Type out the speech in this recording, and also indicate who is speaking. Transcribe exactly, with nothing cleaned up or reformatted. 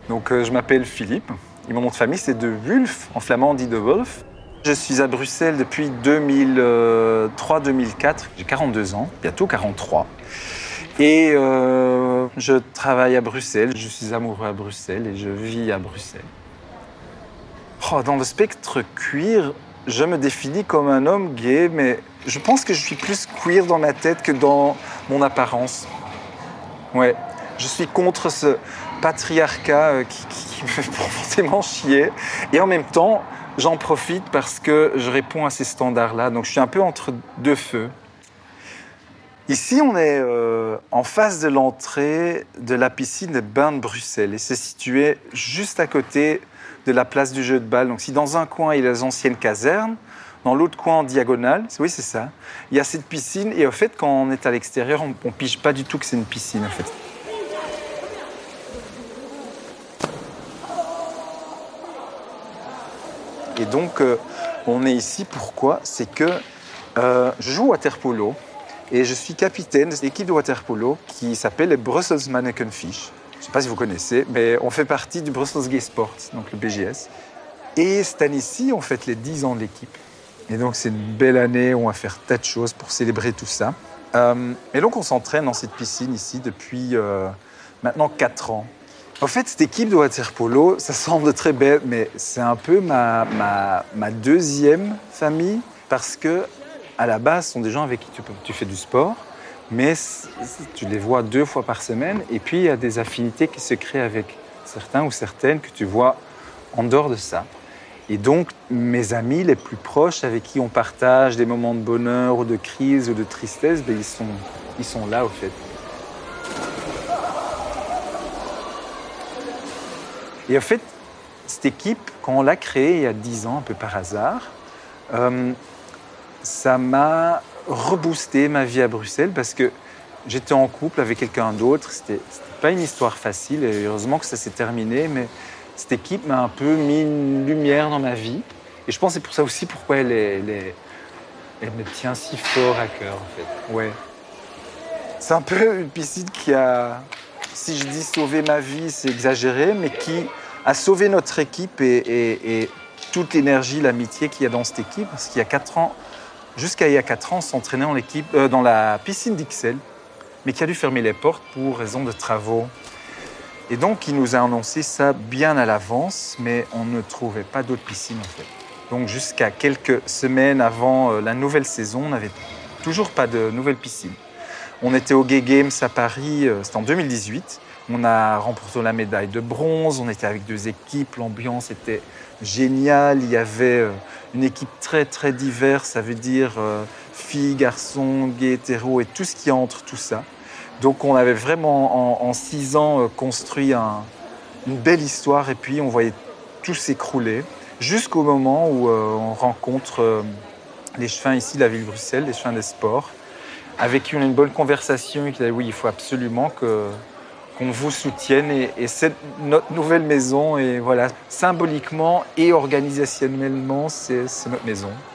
Speaker 1: Donc euh, je m'appelle Philippe, et mon nom de famille c'est De Wulf, en flamand on dit De Wolf. Je suis à Bruxelles depuis deux mille trois deux mille quatre, j'ai quarante-deux ans, bientôt quarante-trois. Et euh, je travaille à Bruxelles, je suis amoureux à Bruxelles et je vis à Bruxelles. Oh, dans le spectre queer, je me définis comme un homme gay, mais je pense que je suis plus queer dans ma tête que dans mon apparence. Ouais, je suis contre ce patriarcat qui, qui, qui me fait profondément chier. Et en même temps, j'en profite parce que je réponds à ces standards-là. Donc je suis un peu entre deux feux. Ici, on est euh, en face de l'entrée de la piscine des Bains de Bruxelles. Et c'est situé juste à côté de la place du jeu de balle. Donc si dans un coin, il y a les anciennes casernes, dans l'autre coin, en diagonale, oui, c'est ça, il y a cette piscine. Et au fait, quand on est à l'extérieur, on ne pige pas du tout que c'est une piscine, en fait. Et donc, euh, on est ici, pourquoi ? C'est que euh, je joue au water-polo et je suis capitaine de l'équipe de water-polo qui s'appelle les Brussels Manneken Fish. Je ne sais pas si vous connaissez, mais on fait partie du Brussels Gay Sport, donc le B G S. Et cette année-ci, on fête les dix ans de l'équipe. Et donc, c'est une belle année où on va faire tas de choses pour célébrer tout ça. Euh, et donc, on s'entraîne dans cette piscine ici depuis euh, maintenant quatre ans. En fait, cette équipe de water-polo, ça semble très bête, mais c'est un peu ma, ma, ma deuxième famille parce que, à la base, ce sont des gens avec qui tu, peux, tu fais du sport, mais tu les vois deux fois par semaine. Et puis, il y a des affinités qui se créent avec certains ou certaines que tu vois en dehors de ça. Et donc, mes amis les plus proches avec qui on partage des moments de bonheur ou de crise ou de tristesse, ben, ils sont, ils sont là, au fait. Et en fait, cette équipe, quand on l'a créée il y a dix ans, un peu par hasard, euh, ça m'a reboosté ma vie à Bruxelles parce que j'étais en couple avec quelqu'un d'autre. C'était, c'était pas une histoire facile et heureusement que ça s'est terminé, mais cette équipe m'a un peu mis une lumière dans ma vie. Et je pense que c'est pour ça aussi pourquoi elle, est, elle, est, elle me tient si fort à cœur, en fait. Ouais. C'est un peu une piscine qui a... Si je dis sauver ma vie, c'est exagéré, mais qui a sauvé notre équipe et, et, et toute l'énergie, l'amitié qu'il y a dans cette équipe. Parce qu'il y a quatre ans, jusqu'à il y a quatre ans, on s'entraînait dans, l'équipe, euh, dans la piscine d'Ixelles, mais qui a dû fermer les portes pour raison de travaux. Et donc, il nous a annoncé ça bien à l'avance, mais on ne trouvait pas d'autres piscines, en fait. Donc, jusqu'à quelques semaines avant euh, la nouvelle saison, on n'avait toujours pas de nouvelle piscine. On était au Gay Games à Paris, c'était en deux mille dix-huit. On a remporté la médaille de bronze, on était avec deux équipes, l'ambiance était géniale. Il y avait une équipe très très diverse, ça veut dire filles, garçons, gays, hétéros et tout ce qui est entre tout ça. Donc on avait vraiment en, en six ans construit un, une belle histoire et puis on voyait tout s'écrouler jusqu'au moment où euh, on rencontre euh, les chefins ici de la ville de Bruxelles, les chefins des sports, avec qui on a une bonne conversation et qui a dit oui, il faut absolument que, qu'on vous soutienne et, et c'est notre nouvelle maison et voilà, symboliquement et organisationnellement, c'est, c'est notre maison.